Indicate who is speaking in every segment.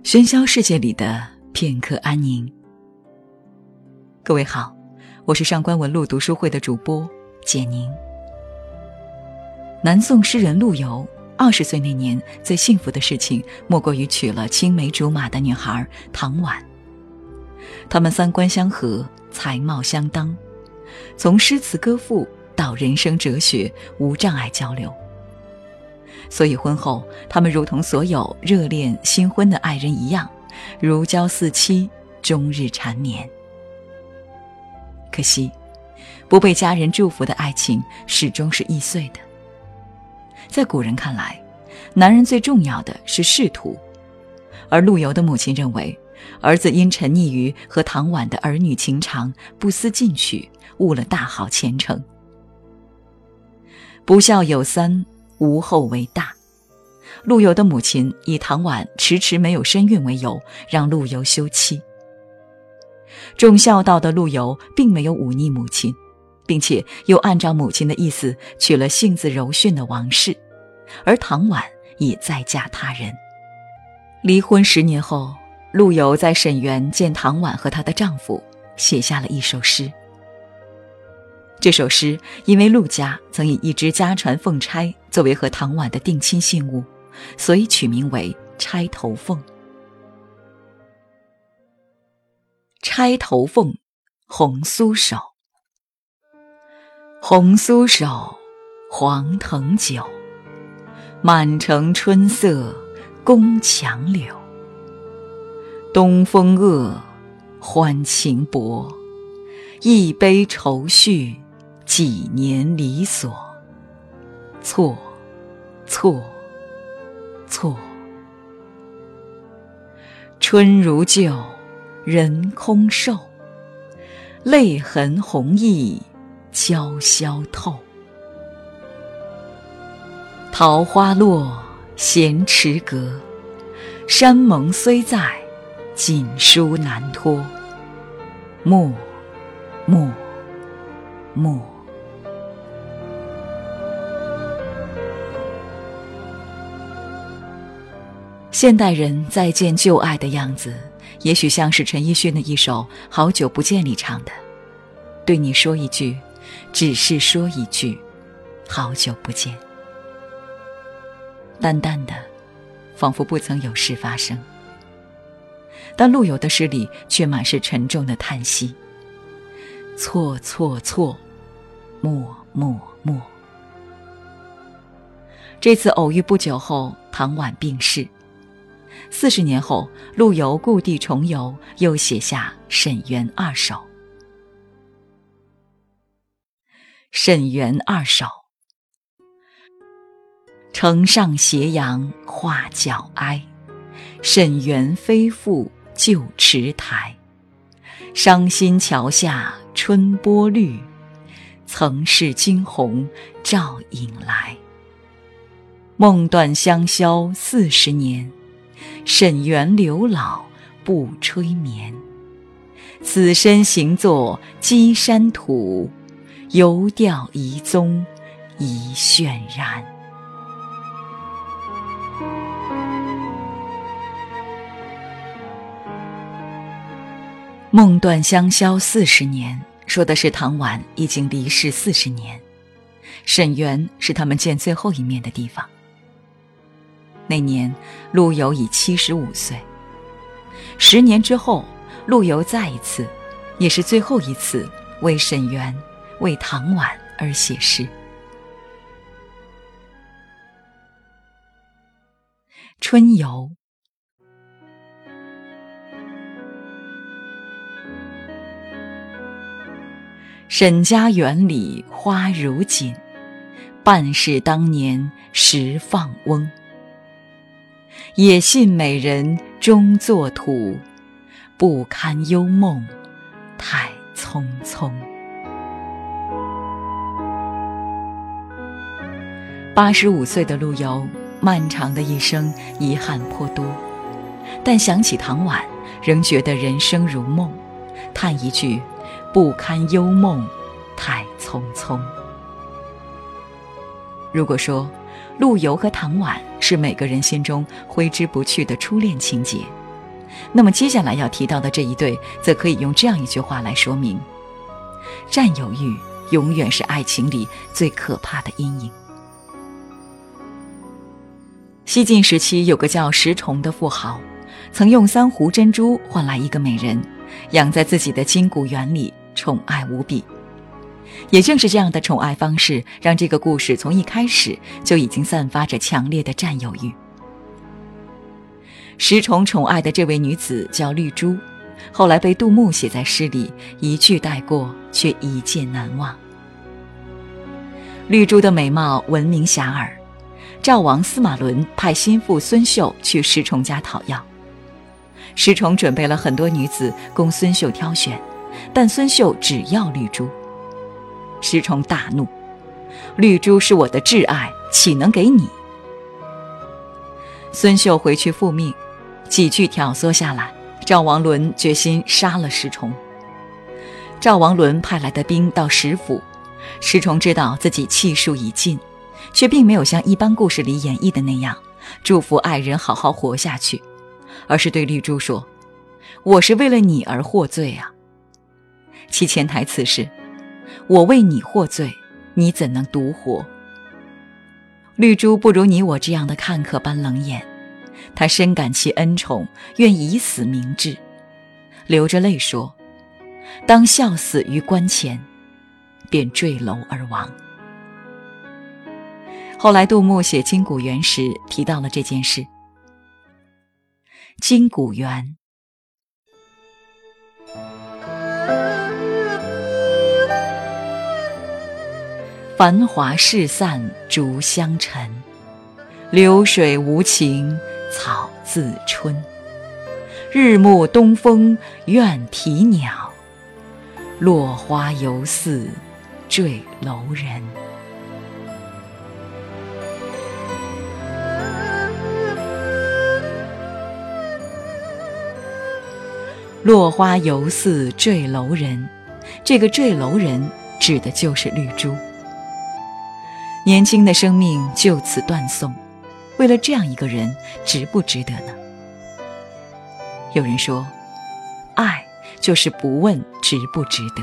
Speaker 1: 喧嚣世界里的片刻安宁。各位好，我是上官文录读书会的主播简宁。南宋诗人陆游20岁那年最幸福的事情，莫过于娶了青梅竹马的女孩唐婉。他们三观相合，才貌相当，从诗词歌赋到人生哲学无障碍交流。所以婚后他们如同所有热恋新婚的爱人一样，如胶似漆，终日缠绵。可惜不被家人祝福的爱情始终是易碎的。在古人看来，男人最重要的是仕途，而陆游的母亲认为，儿子因沉溺于和唐婉的儿女情长，不思进取，误了大好前程。不孝有三，无后为大。陆游的母亲以唐婉迟迟没有身孕为由，让陆游休妻。重孝道的陆游并没有忤逆母亲，并且又按照母亲的意思娶了性子柔顺的王氏，而唐婉也再嫁他人。离婚10年后，陆游在沈园见唐婉和她的丈夫，写下了一首诗。这首诗因为陆家曾以一只家传凤钗作为和唐婉的定亲信物，所以取名为《钗头凤》。钗头凤，红酥手。红酥手，黄藤酒，满城春色宫墙柳。东风恶，欢情薄，一杯愁绪，几年离索。错，错，错。春如旧，人空瘦，泪痕红浥鲛绡透。桃花落，闲池阁，山盟虽在，锦书难托。莫，莫，莫。现代人再见旧爱的样子，也许像是陈奕迅的一首《好久不见》里唱的，对你说一句，只是说一句，好久不见。淡淡的，仿佛不曾有事发生。但陆游的诗里却满是沉重的叹息。错，错，错，莫，莫，莫。这次偶遇不久后，唐婉病逝。40年后，陆游故地重游，又写下《沈园二首》。《沈园二首》：城上斜阳画角哀，沈园非复旧池台。伤心桥下春波绿，曾是惊鸿照影来。梦断香消40年，沈园柳老不吹眠。此身行作稽山土，游钓遗踪一渲然。梦断香消40年，说的是唐婉已经离世40年，沈园是他们见最后一面的地方。那年陆游已75岁。10年之后，陆游再一次，也是最后一次，为沈园，为唐婉而写诗。春游。沈家园里花如锦，半是当年时放翁。也信美人终作土，不堪幽梦太匆匆。85岁的陆游，漫长的一生遗憾颇多，但想起唐婉，仍觉得人生如梦，叹一句不堪幽梦太匆匆。如果说陆游和唐婉是每个人心中挥之不去的初恋情节， 那么接下来要提到的这一对，则可以用这样一句话来说明：占有欲永远是爱情里最可怕的阴影。西晋时期有个叫石崇的富豪，曾用3斛珍珠换来一个美人，养在自己的金谷园里，宠爱无比。也正是这样的宠爱方式，让这个故事从一开始就已经散发着强烈的占有欲。石崇宠爱的这位女子叫绿珠，后来被杜牧写在诗里，一句带过，却一见难忘。绿珠的美貌闻名遐迩，赵王司马伦派心腹孙秀去石崇家讨要。石崇准备了很多女子供孙秀挑选，但孙秀只要绿珠。石崇大怒：绿珠是我的挚爱，岂能给你？孙秀回去复命，几句挑唆下来，赵王伦决心杀了石崇。赵王伦派来的兵到石府，石崇知道自己气数已尽，却并没有像一般故事里演绎的那样祝福爱人好好活下去，而是对绿珠说：我是为了你而获罪啊。其潜台词是：我为你获罪，你怎能独活？绿珠不如你我这样的看客般冷眼，他深感其恩宠，愿以死明志，流着泪说：当笑死于关前，便坠楼而亡。后来杜牧写金谷园时提到了这件事。金谷园，繁华事散逐香尘，流水无情草自春。日暮东风怨啼鸟，落花犹似坠楼人。落花犹似坠楼人，这个坠楼人指的就是绿珠。年轻的生命就此断送，为了这样一个人，值不值得呢？有人说，爱就是不问值不值得。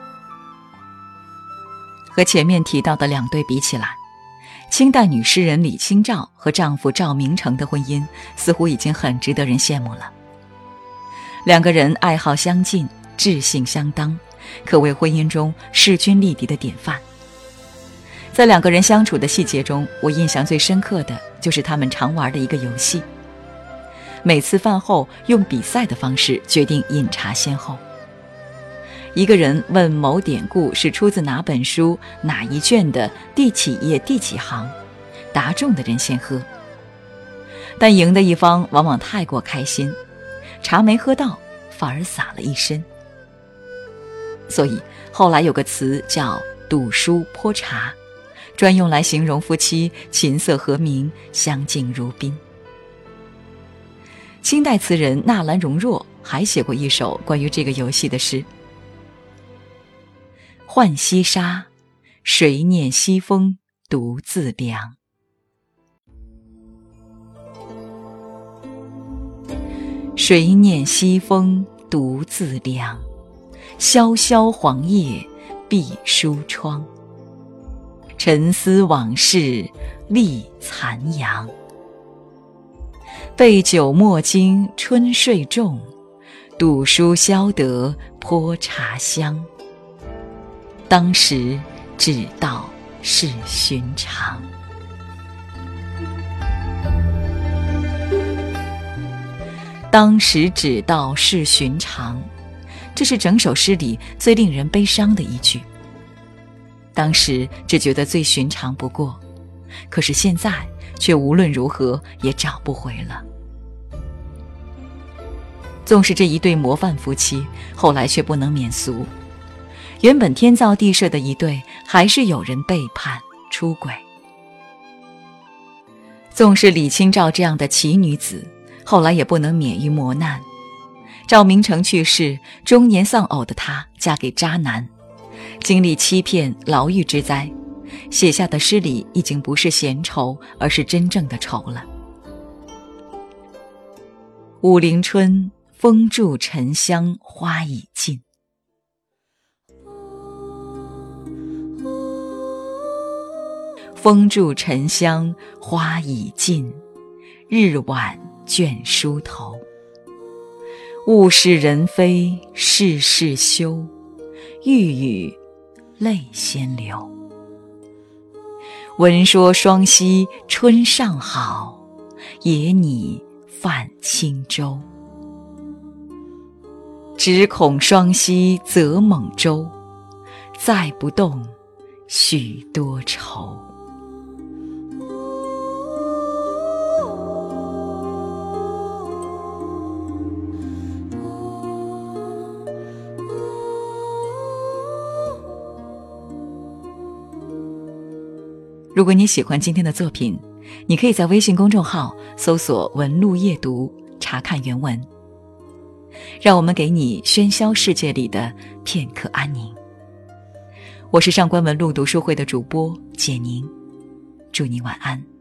Speaker 1: 和前面提到的2对比起来，清代女诗人李清照和丈夫赵明诚的婚姻似乎已经很值得人羡慕了。2个人爱好相近，志性相当，可谓婚姻中势均力敌的典范。在2个人相处的细节中，我印象最深刻的就是他们常玩的一个游戏。每次饭后用比赛的方式决定饮茶先后。一个人问某典故是出自哪本书哪一卷的第几页第几行，答中的人先喝。但赢的一方往往太过开心，茶没喝到，反而洒了一身。所以后来有个词叫赌书泼茶，专用来形容夫妻琴瑟和鸣，相敬如宾。清代词人纳兰容若还写过一首关于这个游戏的诗：浣溪沙，谁念西风独自凉。谁念西风独自凉，萧萧黄叶闭疏窗。沉思往事立残阳，备酒莫惊春睡重，赌书消得泼茶香。当时只道是寻常。当时只道是寻常，这是整首诗里最令人悲伤的一句。当时只觉得最寻常不过，可是现在却无论如何也找不回了。纵使这一对模范夫妻，后来却不能免俗。原本天造地设的一对，还是有人背叛出轨。纵使李清照这样的奇女子，后来也不能免于磨难。赵明诚去世，中年丧偶的她嫁给渣男，经历欺骗、牢狱之灾，写下的诗里已经不是闲愁，而是真正的愁了。武陵春， 风住沉香花已尽。风住沉香花已尽，日晚倦梳头。物是人非事事休，欲语泪先流。闻说双溪春尚好，野拟泛轻舟。只恐双溪舴猛舟，载不动许多愁。如果你喜欢今天的作品，你可以在微信公众号搜索文路夜读，查看原文。让我们给你喧嚣世界里的片刻安宁。我是上官文路读书会的主播简宁，祝你晚安。